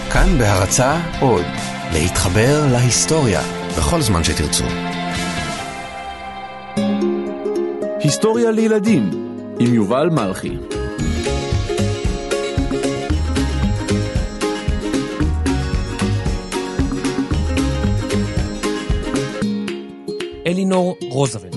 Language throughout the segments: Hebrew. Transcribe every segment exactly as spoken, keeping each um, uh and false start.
כאן בהרצאה עוד, להתחבר להיסטוריה בכל זמן שתרצו. היסטוריה לילדים עם יובל מלכי. אלינור רוזוולט.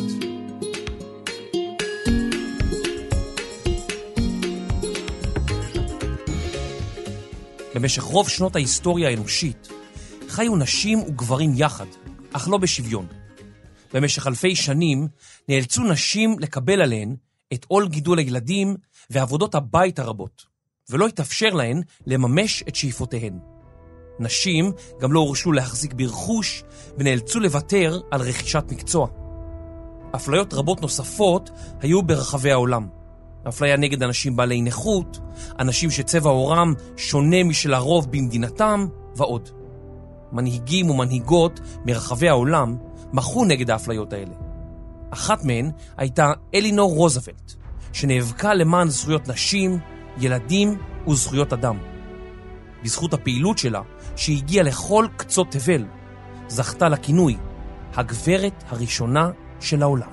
במשך רוב שנות ההיסטוריה האנושית חיו נשים וגברים יחד, אך לא בשוויון. במשך אלפי שנים נאלצו נשים לקבל עליהן את עול גידול הילדים ועבודות הבית הרבות, ולא התאפשר להן לממש את שאיפותיהן. נשים גם לא הורשו להחזיק ברכוש ונאלצו לוותר על רכישת מקצוע. אפליות רבות נוספות היו ברחבי העולם. אפליה נגד אנשים בעלי נכות, אנשים שצבע עורם שונה משל הרוב במדינתם ועוד. מנהיגים ומנהיגות מרחבי העולם מחו נגד האפליות האלה. אחת מהן הייתה אלינור רוזוולט, שנאבקה למען זכויות נשים, ילדים וזכויות אדם. בזכות הפעילות שלה, שהגיעה לכל קצות תבל, זכתה לכינוי הגברת הראשונה של העולם.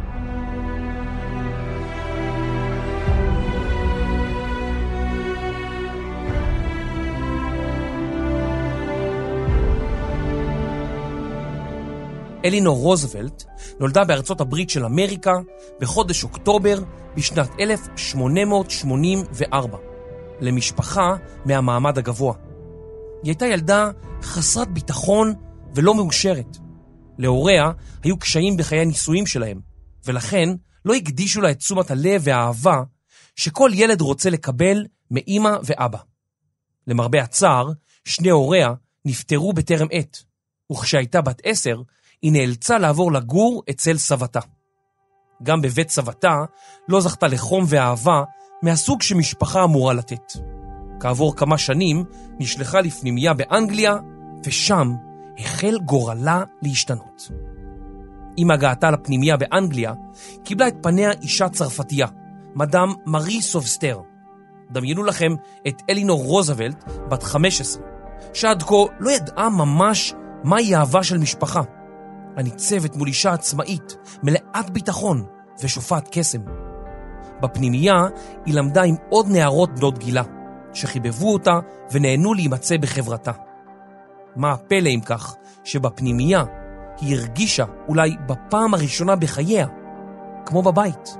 אלינור רוזוולט נולדה בארצות הברית של אמריקה בחודש אוקטובר בשנת אלף שמונה מאות שמונים וארבע, למשפחה מהמעמד הגבוה. היא הייתה ילדה חסרת ביטחון ולא מאושרת. להוריה היו קשיים בחיי הנישואים שלהם, ולכן לא הקדישו לה את תשומת הלב והאהבה שכל ילד רוצה לקבל מאמא ואבא. למרבה הצער, שני הוריה נפטרו בטרם עת, וכשהייתה בת עשר, היא נאלצה לעבור לגור אצל סבתה. גם בבית סבתה לא זכתה לחום ואהבה מהסוג שמשפחה אמורה לתת. כעבור כמה שנים נשלחה לפנימייה באנגליה, ושם החל גורלה להשתנות. עם הגעתה לפנימייה באנגליה, קיבלה את פניה אישה צרפתייה, מדאם מארי סובסטר. דמיינו לכם את אלינור רוזוולט, בת חמש עשרה, שעד כה לא ידעה ממש מהי אהבה של משפחה. הניצבת מול אישה עצמאית, מלאת ביטחון ושופעת קסם. בפנימייה היא למדה עם עוד נערות בנות גילה, שחיבבו אותה ונהנו להימצא בחברתה. מה הפלא אם כך שבפנימייה היא הרגישה אולי בפעם הראשונה בחייה, כמו בבית.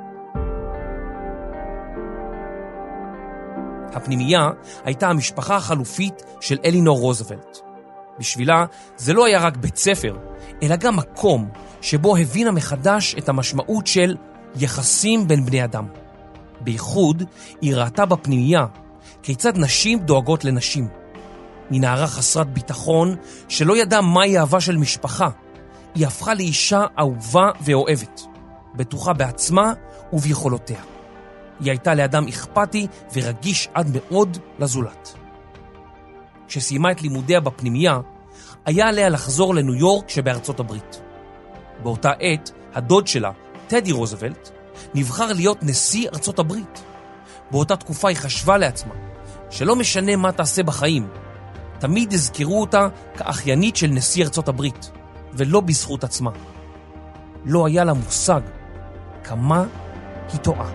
הפנימייה הייתה המשפחה החלופית של אלינור רוזוולט. בשבילה זה לא היה רק בית ספר, אלא גם מקום שבו הבינה מחדש את המשמעות של יחסים בין בני אדם. בייחוד היא ראתה בפנימייה כיצד נשים דואגות לנשים. מנערה חסרת ביטחון שלא ידעה מהי אהבה של משפחה, היא הפכה לאישה אהובה ואוהבת, בטוחה בעצמה וביכולותיה. היא הייתה לאדם אכפתי ורגיש עד מאוד לזולת. כשסיימה את לימודיה בפנימייה, היה עליה לחזור לניו יורק שבארצות הברית. באותה עת, הדוד שלה, טדי רוזוולט, נבחר להיות נשיא ארצות הברית. באותה תקופה היא חשבה לעצמה, שלא משנה מה תעשה בחיים, תמיד הזכירו אותה כאחיינית של נשיא ארצות הברית, ולא בזכות עצמה. לא היה לה מושג כמה היא טועה.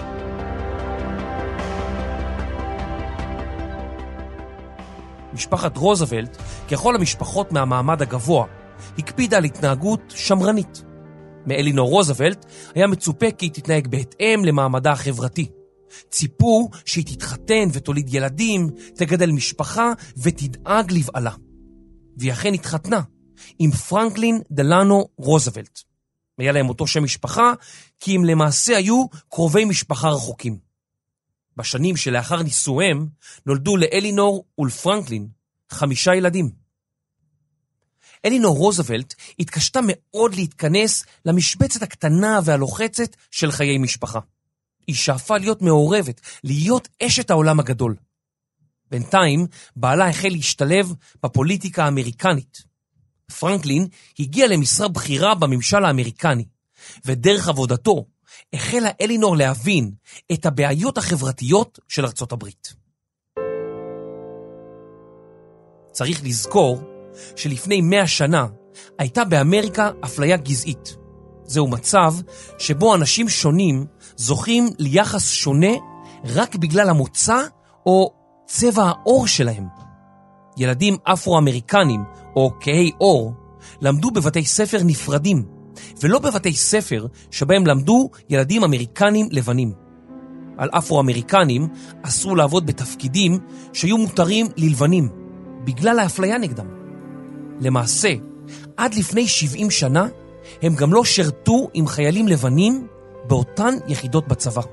משפחת רוזוולט, ככל המשפחות מהמעמד הגבוה, הקפידה על התנהגות שמרנית. מאלינור רוזוולט היה מצופה כי היא תתנהג בהתאם למעמדה החברתי. ציפו שהיא תתחתן ותוליד ילדים, תגדל משפחה ותדאג לבעלה. והיא אכן התחתנה עם פרנקלין דלאנו רוזוולט. היה להם אותו שם משפחה כי הם למעשה היו קרובי משפחה רחוקים. בשנים שלאחר נישואיהם נולדו לאלינור ולפרנקלין חמישה ילדים. אלינור רוזוולט התקשתה מאוד להתכנס למשבצת הקטנה והלוחצת של חיי משפחה. היא שאפה להיות מעורבת, להיות אשת העולם הגדול. בינתיים בעלה החל להשתלב בפוליטיקה האמריקנית. פרנקלין הגיע למשרה בכירה בממשל האמריקני, ודרך עבודתו החלה אלינור להבין את הבעיות החברתיות של ארצות הברית. צריך לזכור שלפני מאה שנה הייתה באמריקה אפליה גזעית. זהו מצב שבו אנשים שונים זוכים ליחס שונה רק בגלל המוצא או צבע העור שלהם. ילדים אפרו-אמריקנים או כהי עור למדו בבתי ספר נפרדים, ולא בבתי ספר שבהם למדו ילדים אמריקנים לבנים. על אפרו-אמריקנים אסרו לעבוד בתפקידים שהיו מותרים ללבנים, בגלל האפליה נגדם. למעשה, עד לפני שבעים שנה, הם גם לא שרתו עם חיילים לבנים באותן יחידות בצבא.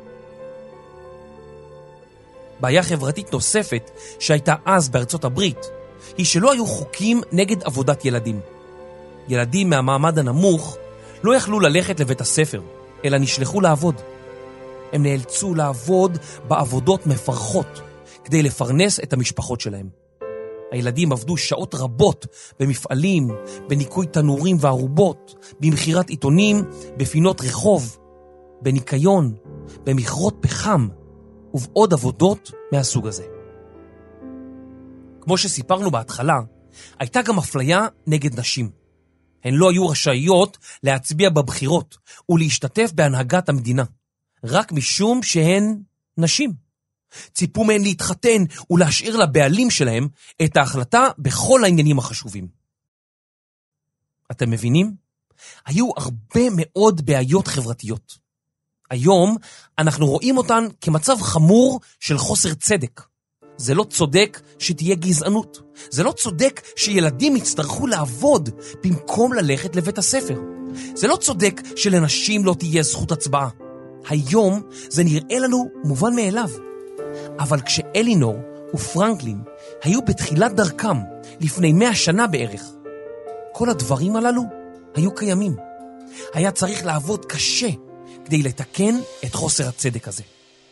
בעיה חברתית נוספת שהייתה אז בארצות הברית, היא שלא היו חוקים נגד עבודת ילדים. ילדים מהמעמד הנמוך לא יכלו ללכת לבית הספר, אלא נשלחו לעבוד. הם נאלצו לעבוד בעבודות מפרכות כדי לפרנס את המשפחות שלהם. הילדים עבדו שעות רבות במפעלים, בניקוי תנורים וערובות, במחירת עיתונים, בפינות רחוב, בניקיון, במכרות פחם ובעוד עבודות מהסוג הזה. כמו שסיפרנו בהתחלה, הייתה גם אפליה נגד נשים. הן לא היו רשאיות להצביע בבחירות ולהשתתף בהנהגת המדינה, רק משום שהן נשים. ציפו מהן להתחתן ולהשאיר לבעלים שלהם את ההחלטה בכל העניינים החשובים. אתם מבינים? היו הרבה מאוד בעיות חברתיות. היום אנחנו רואים אותן כמצב חמור של חוסר צדק. זה לא צודק שתהיה גזענות. זה לא צודק שילדים יצטרכו לעבוד במקום ללכת לבית הספר. זה לא צודק שלנשים לא תהיה זכות הצבעה. היום זה נראה לנו מובן מאליו. אבל כשאלינור ופרנקלין היו בתחילת דרכם, לפני מאה שנה בערך, כל הדברים הללו היו קיימים. היה צריך לעבוד קשה כדי לתקן את חוסר הצדק הזה.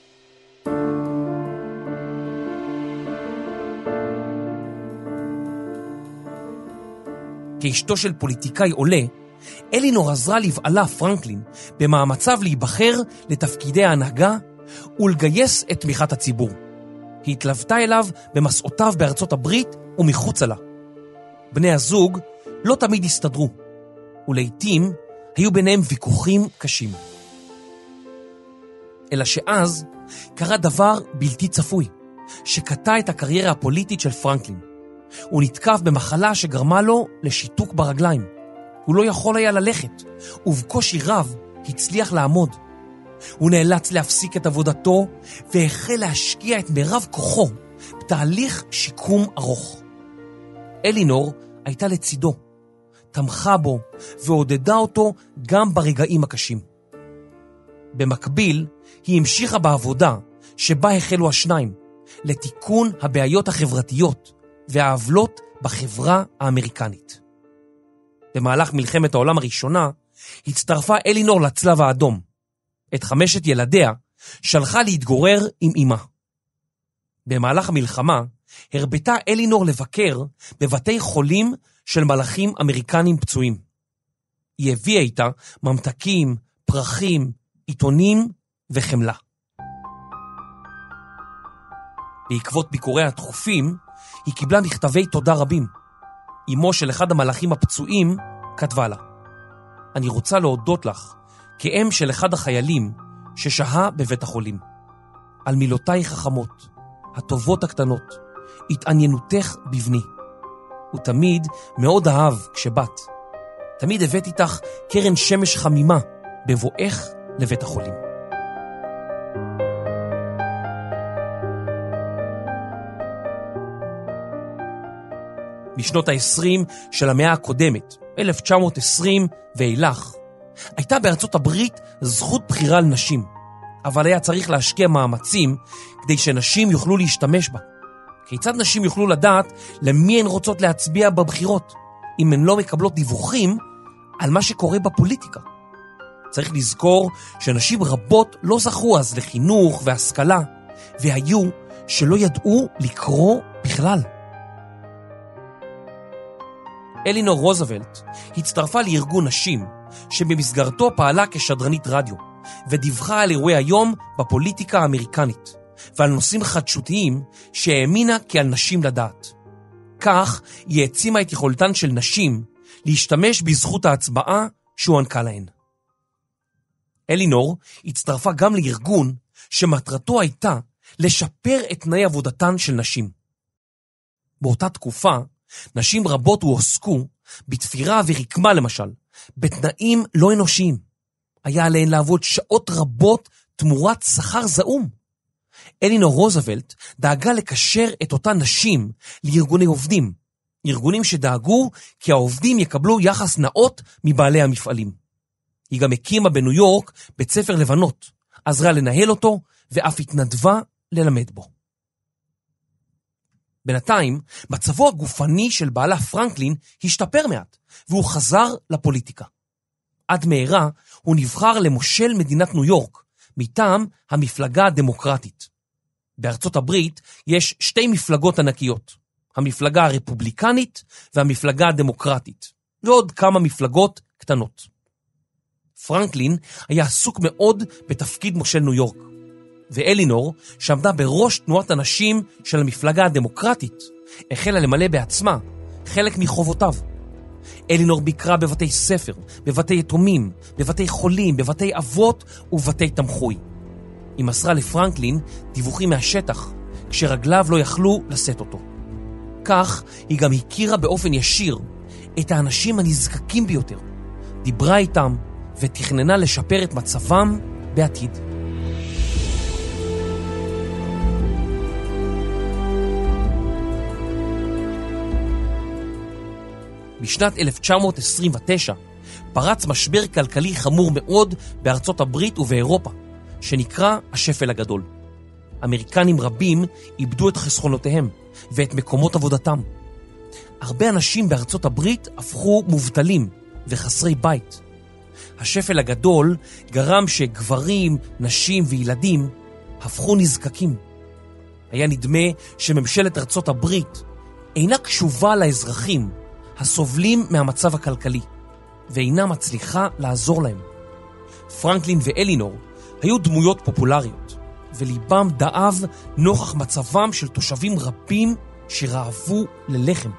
כאשתו של פוליטיקאי עולה, אלינור עזרה לבעלה פרנקלין במאמציו להיבחר לתפקידי ההנהגה ולגייס את תמיכת הציבור. היא התלוותה אליו במסעותיו בארצות הברית ומחוצה לה. בני הזוג לא תמיד הסתדרו, ולעיתים היו ביניהם ויכוחים קשים. אלא שאז קרה דבר בלתי צפוי, שקטע את הקריירה הפוליטית של פרנקלין. הוא נתקף במחלה שגרמה לו לשיתוק ברגליים. הוא לא יכול היה ללכת, ובקושי רב הצליח לעמוד. הוא נאלץ להפסיק את עבודתו, והחל להשקיע את מירב כוחו בתהליך שיקום ארוך. אלינור הייתה לצידו, תמכה בו ועודדה אותו גם ברגעים הקשים. במקביל, היא המשיכה בעבודה שבה החלו השניים, לתיקון הבעיות החברתיות והעוולות בחברה האמריקנית. במהלך מלחמת העולם הראשונה, הצטרפה אלינור לצלב האדום. את חמשת ילדיה שלחה להתגורר עם אמא. במהלך המלחמה, הרבתה אלינור לבקר בבתי חולים של מלאכים אמריקנים פצועים. היא הביאה איתה ממתקים, פרחים, עיתונים וחמלה. בעקבות ביקורי התכופים, היא קיבלה מכתבי תודה רבים. אמו של אחד המלאכים הפצועים כתבה לה: אני רוצה להודות לך כאם של אחד החיילים ששהה בבית החולים. על מילותיי חכמות, הטובות הקטנות, התעניינותך בבני. הוא תמיד מאוד אהב כשבת. תמיד הבאת איתך קרן שמש חמימה בבואך לבית החולים. בשנות ה-עשרים של המאה הקודמת, אלף תשע מאות ועשרים ואילך, הייתה בארצות הברית זכות בחירה לנשים, אבל היה צריך להשקיע מאמצים כדי שנשים יוכלו להשתמש בה. כיצד נשים יוכלו לדעת למי הן רוצות להצביע בבחירות, אם הן לא מקבלות דיווחים על מה שקורה בפוליטיקה? צריך לזכור שנשים רבות לא זכו אז לחינוך והשכלה, והיו שלא ידעו לקרוא בכלל. אלינור רוזוולט הצטרפה לארגון נשים, שבמסגרתו פעלה כשדרנית רדיו, ודיווחה על אירועי היום בפוליטיקה האמריקנית, ועל נושאים חדשותיים שהאמינה כי על נשים לדעת. כך היא העצימה את יכולתן של נשים להשתמש בזכות ההצבעה שהוענקה להן. אלינור הצטרפה גם לארגון שמטרתו הייתה לשפר את תנאי עבודתן של נשים. באותה תקופה, נשים רבות הועסקו בתפירה ורקמה למשל, בתנאים לא אנושיים. היה עליהן לעבוד שעות רבות תמורת שכר זעום. אלינור רוזוולט דאגה לקשר את אותן נשים לארגוני עובדים, ארגונים שדאגו כי העובדים יקבלו יחס נאות מבעלי המפעלים. היא גם הקימה בניו יורק בית ספר לבנות, עזרה לנהל אותו ואף התנדבה ללמד בו. בינתיים, מצבו הגופני של בעלה פרנקלין השתפר מעט, והוא חזר לפוליטיקה. עד מהרה הוא נבחר למושל מדינת ניו יורק, מטעם המפלגה הדמוקרטית. בארצות הברית יש שתי מפלגות ענקיות, המפלגה הרפובליקנית והמפלגה הדמוקרטית, ועוד כמה מפלגות קטנות. פרנקלין היה עסוק מאוד בתפקיד מושל ניו יורק, ואלינור, שעמדה בראש תנועת הנשים של המפלגה הדמוקרטית, החלה למלא בעצמה חלק מחובותיו. אלינור ביקרה בבתי ספר, בבתי יתומים, בבתי חולים, בבתי אבות ובבתי תמחוי. היא מסרה לפרנקלין דיווחים מהשטח, כשרגליו לא יכלו לשאת אותו. כך היא גם הכירה באופן ישיר את האנשים הנזקקים ביותר, דיברה איתם ותכננה לשפר את מצבם בעתיד. בשנת אלף תשע מאות עשרים ותשע פרץ משבר כלכלי חמור מאוד בארצות הברית ובאירופה, שנקרא השפל הגדול. אמריקנים רבים איבדו את חסכונותיהם ואת מקומות עבודתם. הרבה אנשים בארצות הברית הפכו מובטלים וחסרי בית. השפל הגדול גרם שגברים, נשים וילדים הפכו נזקקים. היה נדמה שממשלת ארצות הברית אינה קשובה לאזרחים הסובלים מהמצב הכלכלי, ואינה מצליחה לעזור להם. פרנקלין ואלינור היו דמויות פופולריות, וליבם דאב נוכח מצבם של תושבים רבים שרעבו ללחם.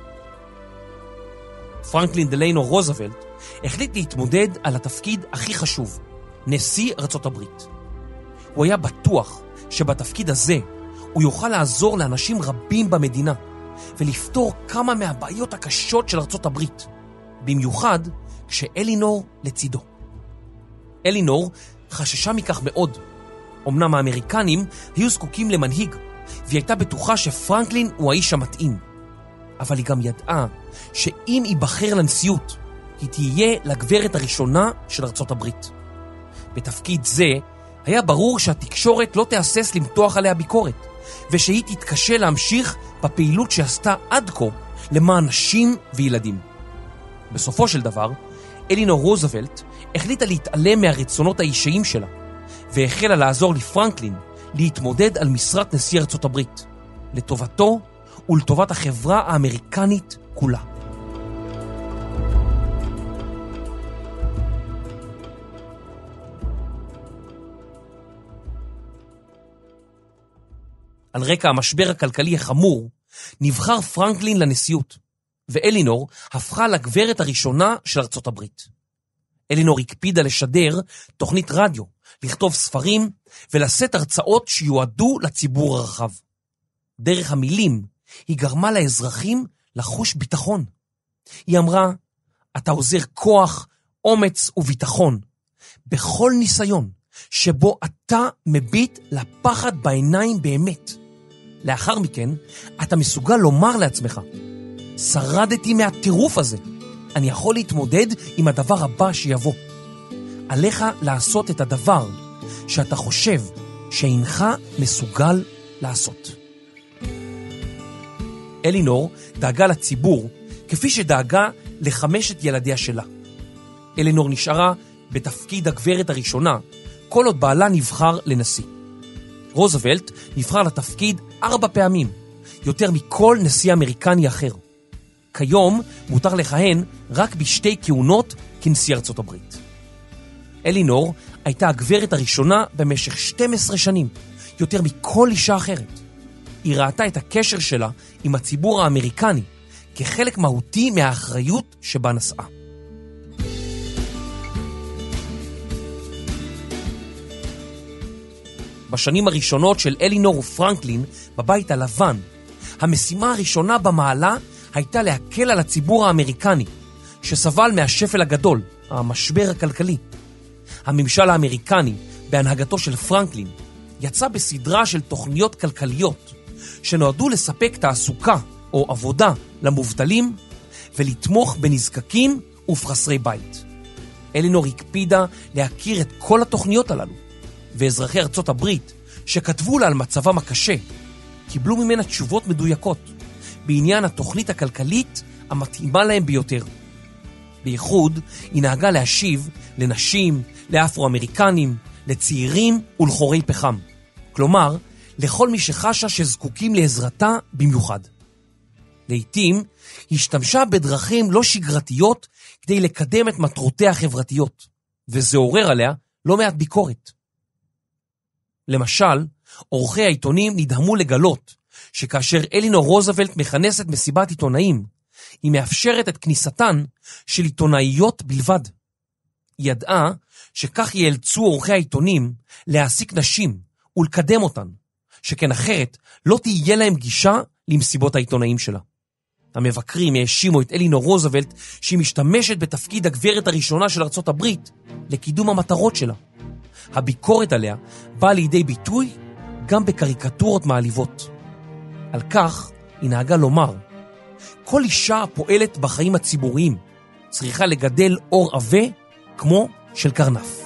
פרנקלין דליינו רוזוולט החליט להתמודד על התפקיד הכי חשוב, נשיא ארצות הברית. הוא היה בטוח שבתפקיד הזה הוא יוכל לעזור לאנשים רבים במדינה, ולפתור כמה מהבעיות הקשות של ארצות הברית, במיוחד כשאלינור לצידו. אלינור חששה מכך מאוד. אמנם האמריקנים היו זקוקים למנהיג, והיא הייתה בטוחה שפרנקלין הוא האיש המתאים. אבל היא גם ידעה שאם ייבחר לנשיאות, היא תהיה לגברת הראשונה של ארצות הברית. בתפקיד זה היה ברור שהתקשורת לא תהסס למתוח עליה ביקורת, ושהיא תתקשה להמשיך בפעילות שעשתה עד כה למען נשים וילדים. בסופו של דבר, אלינור רוזוולט החליטה להתעלם מהרצונות האישיים שלה, והחלה לעזור לפרנקלין להתמודד על משרת נשיא ארצות הברית, לטובתו ולטובת החברה האמריקנית כולה. על רקע המשבר הכלכלי החמור, נבחר פרנקלין לנשיאות, ואלינור הפכה לגברת הראשונה של ארצות הברית. אלינור הקפידה לשדר תוכנית רדיו, לכתוב ספרים ולשאת הרצאות שיועדו לציבור הרחב. דרך המילים היא גרמה לאזרחים לחוש ביטחון. היא אמרה, אתה עוזר כוח, אומץ וביטחון, בכל ניסיון שבו אתה מביט לפחד בעיניים באמת. לאחר מכן, אתה מסוגל לומר לעצמך, שרדתי מהטירוף הזה, אני יכול להתמודד עם הדבר הבא שיבוא. עליך לעשות את הדבר שאתה חושב שאינך מסוגל לעשות. אלינור דאגה לציבור כפי שדאגה לחמשת ילדיה שלה. אלינור נשארה בתפקיד הגברת הראשונה, כל עוד בעלה נבחר לנשיא. רוזוולט נבחר לתפקיד ארבע פעמים, יותר מכל נשיא אמריקני אחר. כיום מותר לכהן רק בשתי כהונות כנשיא ארצות הברית. אלינור הייתה הגברת הראשונה במשך שתים עשרה שנים, יותר מכל אישה אחרת. היא ראתה את הקשר שלה עם הציבור האמריקני כחלק מהותי מהאחריות שבה נשאה. בשנים הראשונות של אלינור ופרנקלין בבית הלבן, המשימה הראשונה במעלה הייתה להקל על הציבור האמריקני, שסבל מהשפל הגדול, המשבר הכלכלי. הממשל האמריקני, בהנהגתו של פרנקלין, יצא בסדרה של תוכניות כלכליות, שנועדו לספק תעסוקה או עבודה למובטלים, ולתמוך בנזקקים ובחסרי בית. אלינור הקפידה להכיר את כל התוכניות הללו, ואזרחי ארצות הברית, שכתבו לה על מצבם הקשה, קיבלו ממנה תשובות מדויקות, בעניין התוכנית הכלכלית המתאימה להם ביותר. בייחוד היא נהגה להשיב לנשים, לאפרו-אמריקנים, לצעירים ולחורי פחם. כלומר, לכל מי שחשה שזקוקים לעזרתה במיוחד. לעתים, השתמשה בדרכים לא שגרתיות כדי לקדם את מטרותיה החברתיות, וזה עורר עליה לא מעט ביקורת. למשל, עורכי העיתונים נדהמו לגלות שכאשר אלינור רוזוולט מכנסת מסיבת עיתונאים, היא מאפשרת את כניסתן של עיתונאיות בלבד. היא ידעה שכך ייאלצו עורכי העיתונים להעסיק נשים ולקדם אותן, שכן אחרת לא תהיה להם גישה למסיבות העיתונאים שלה. המבקרים האשימו את אלינור רוזוולט שהיא משתמשת בתפקיד הגברת הראשונה של ארצות הברית לקידום המטרות שלה. הביקורת עליה באה לידי ביטוי גם בקריקטורות מעליבות. על כך היא נהגה לומר, כל אישה הפועלת בחיים הציבוריים צריכה לגדל אור עבה כמו של קרנף.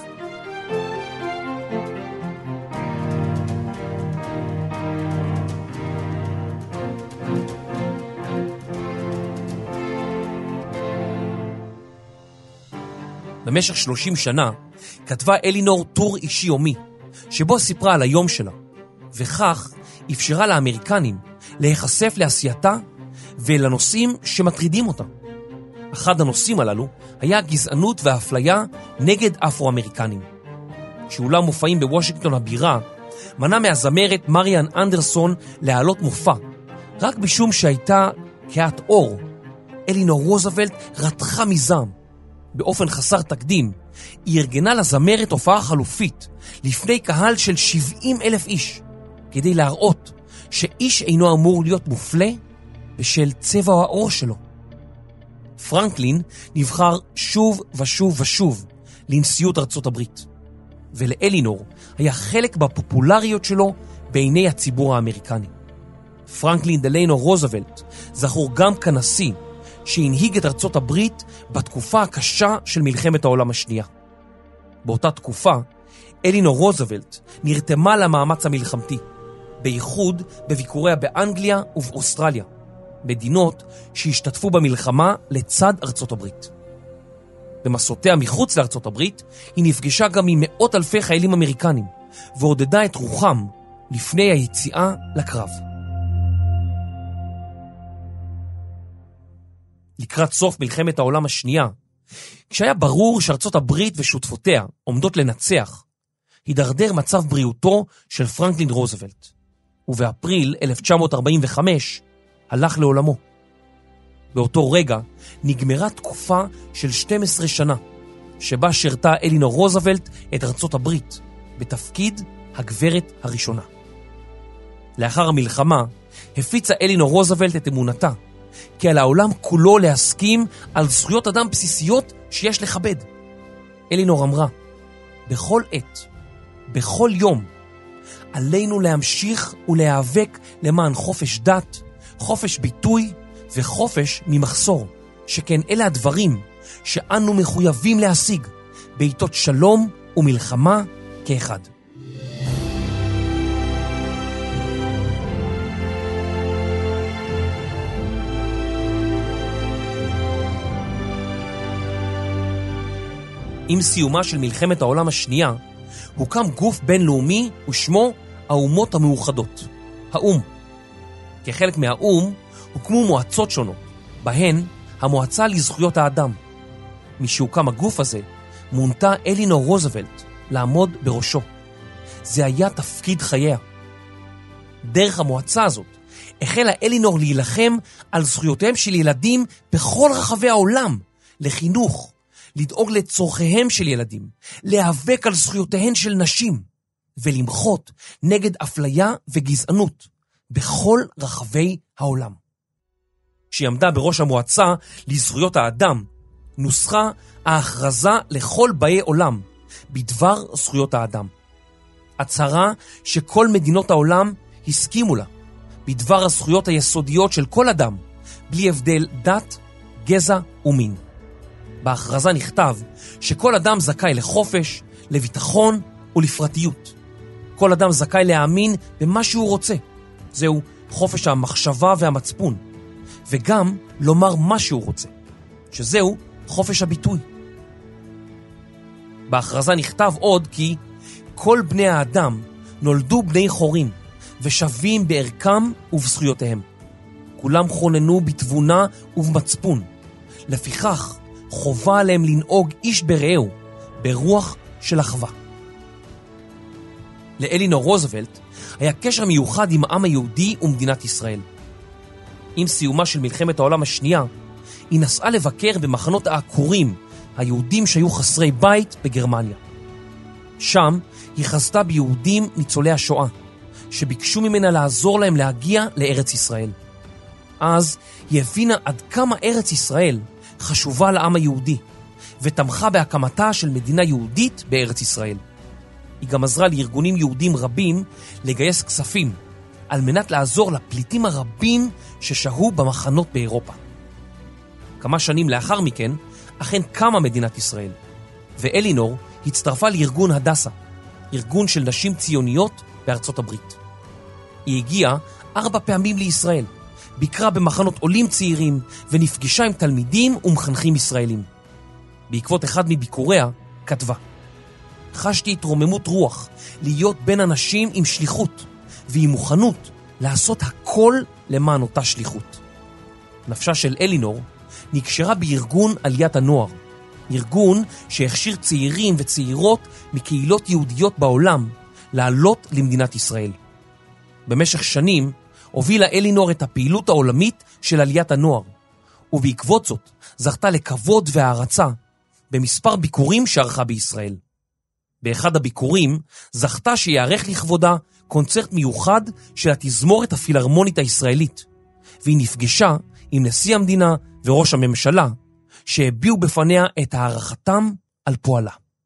במשך שלושים שנה כתבה אלינור טור אישי יומי, שבו סיפרה על היום שלה, וכך אפשרה לאמריקנים להיחשף לעשייתה ולנושאים שמטרידים אותה. אחד הנושאים הללו היה גזענות והאפליה נגד אפרו-אמריקנים. כשאולם מופעים בוושינגטון הבירה, מנע מהזמרת מריאן אנדרסון להעלות מופע, רק משום שהייתה כהת אור. אלינור רוזוולט רתחה מזעם. באופן חסר תקדים, היא ארגנה לזמרת הופעה חלופית לפני קהל של שבעים אלף איש, כדי להראות שאיש אינו אמור להיות מופלה בשל צבע העור שלו. פרנקלין נבחר שוב ושוב ושוב לנשיאות ארצות הברית, ולאלינור היה חלק בפופולריות שלו בעיני הציבור האמריקני. פרנקלין דליינו רוזוולט זכור גם כנשיא שהנהיג את ארצות הברית בתקופה הקשה של מלחמת העולם השנייה. באותה תקופה, אלינור רוזוולט נרתמה למאמץ המלחמתי, בייחוד בביקוריה באנגליה ובאוסטרליה, מדינות שהשתתפו במלחמה לצד ארצות הברית. במסעותיה מחוץ לארצות הברית, היא נפגשה גם עם מאות אלפי חיילים אמריקנים, ועודדה את רוחם לפני היציאה לקרב. לקראת סוף מלחמת העולם השנייה, כשהיה ברור שארצות הברית ושותפותיה עומדות לנצח, הידרדר מצב בריאותו של פרנקלין רוזוולט, ובאפריל אלף תשע מאות ארבעים וחמש הלך לעולמו. באותו רגע נגמרה תקופה של שתים עשרה שנה, שבה שרתה אלינור רוזוולט את ארצות הברית, בתפקיד הגברת הראשונה. לאחר המלחמה הפיצה אלינור רוזוולט את אמונתה, כי על העולם כולו להסכים על זכויות אדם בסיסיות שיש לכבד. אלינור אמרה, בכל עת, בכל יום, עלינו להמשיך ולהיאבק למען חופש דת, חופש ביטוי וחופש ממחסור, שכן אלה הדברים שאנו מחויבים להשיג בעיתות שלום ומלחמה כאחד. עם סיומה של מלחמת העולם השנייה, הוקם גוף בינלאומי ושמו האומות המאוחדות, האום. כחלק מהאום הוקמו מועצות שונות, בהן המועצה לזכויות האדם. משהוקם הגוף הזה, מונתה אלינור רוזוולט לעמוד בראשו. זה היה תפקיד חייה. דרך המועצה הזאת החלה אלינור להילחם על זכויותיהם של ילדים בכל רחבי העולם, לחינוך, לדאוג לצורכיהם של ילדים, להיאבק על זכויותיהן של נשים, ולמחות נגד אפליה וגזענות בכל רחבי העולם. כשהיא עמדה בראש המועצה לזכויות האדם, נוסחה ההכרזה לכל באי עולם בדבר זכויות האדם. הצהרה שכל מדינות העולם הסכימו לה, בדבר הזכויות היסודיות של כל אדם, בלי הבדל דת, גזע ומין. בהכרזה נכתב שכל אדם זכאי לחופש, לביטחון ולפרטיות. כל אדם זכאי להאמין במה שהוא רוצה. זהו חופש המחשבה והמצפון. וגם לומר מה שהוא רוצה, שזהו חופש הביטוי. בהכרזה נכתב עוד כי כל בני האדם נולדו בני חורין ושווים בערכם ובזכויותיהם. כולם חוננו בתבונה ובמצפון. לפיכך חובה עליהם לנהוג איש ברעהו ברוח של אחווה. לאלינור רוזוולט היה קשר מיוחד עם העם היהודי ומדינת ישראל. עם סיומה של מלחמת העולם השנייה, היא נסעה לבקר במחנות העקורים, היהודים שהיו חסרי בית בגרמניה. שם היא חזתה ביהודים ניצולי השואה, שביקשו ממנה לעזור להם להגיע לארץ ישראל. אז היא הבינה עד כמה ארץ ישראל חשובה לעם היהודי, ותמכה בהקמתה של מדינה יהודית בארץ ישראל. היא גם עזרה לארגונים יהודים רבים לגייס כספים, על מנת לעזור לפליטים הרבים ששהו במחנות באירופה. כמה שנים לאחר מכן, אכן קמה מדינת ישראל, ואלינור הצטרפה לארגון הדסה, ארגון של נשים ציוניות בארצות הברית. היא הגיעה ארבע פעמים לישראל, ביקרה במחנות עולים צעירים, ונפגשה עם תלמידים ומחנכים ישראלים. בעקבות אחד מביקוריה, כתבה: חשתי התרוממות רוח להיות בין אנשים עם שליחות, ועם מוכנות לעשות הכל למען אותה שליחות. נפשה של אלינור נקשרה בארגון עליית הנוער, ארגון שהכשיר צעירים וצעירות מקהילות יהודיות בעולם לעלות למדינת ישראל. במשך שנים הובילה אלינור את הפעילות העולמית של עליית הנוער, ובעקבות זאת זכתה לכבוד והערצה במספר ביקורים שערכה בישראל. באחד הביקורים זכתה שיערך לכבודה קונצרט מיוחד של התזמורת הפילהרמונית הישראלית, והיא נפגשה עם נשיא המדינה וראש הממשלה, שהביעו בפניה את הערכתם על פועלה.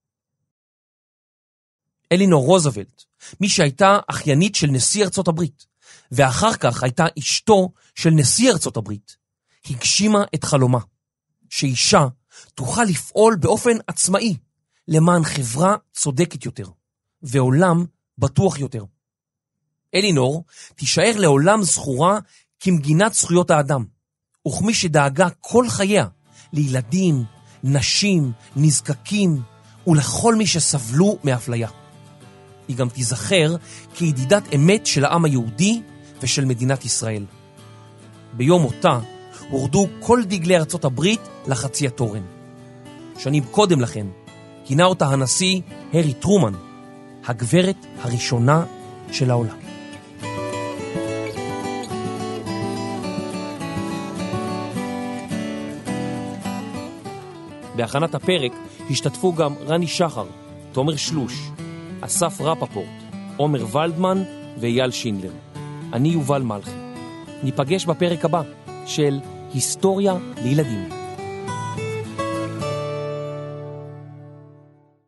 אלינור רוזוולט, מי שהייתה אחיינית של נשיא ארצות הברית, ואחר כך הייתה אשתו של נשיא ארצות הברית, הגשימה את חלומה, שאישה תוכל לפעול באופן עצמאי למען חברה צודקת יותר, ועולם בטוח יותר. אלינור תישאר לעולם זכורה כמגינת זכויות האדם, וכמי שדאגה כל חייה לילדים, נשים, נזקקים ולכל מי שסבלו מאפליה. היא גם תיזכר כידידת אמת של העם היהודי ושל מדינת ישראל. ביום מותה הורדו כל דגלי ארצות הברית לחצי התורן. שנים קודם לכן כינה אותה הנשיא הרי טרומן, הגברת הראשונה של העולם. בהכנת הפרק השתתפו גם רני שחר, תומר שלוש, אסף רפפורט, עומר ולדמן ואייל שינדלר. אני יובל מלכי. ניפגש בפרק הבא של היסטוריה לילדים.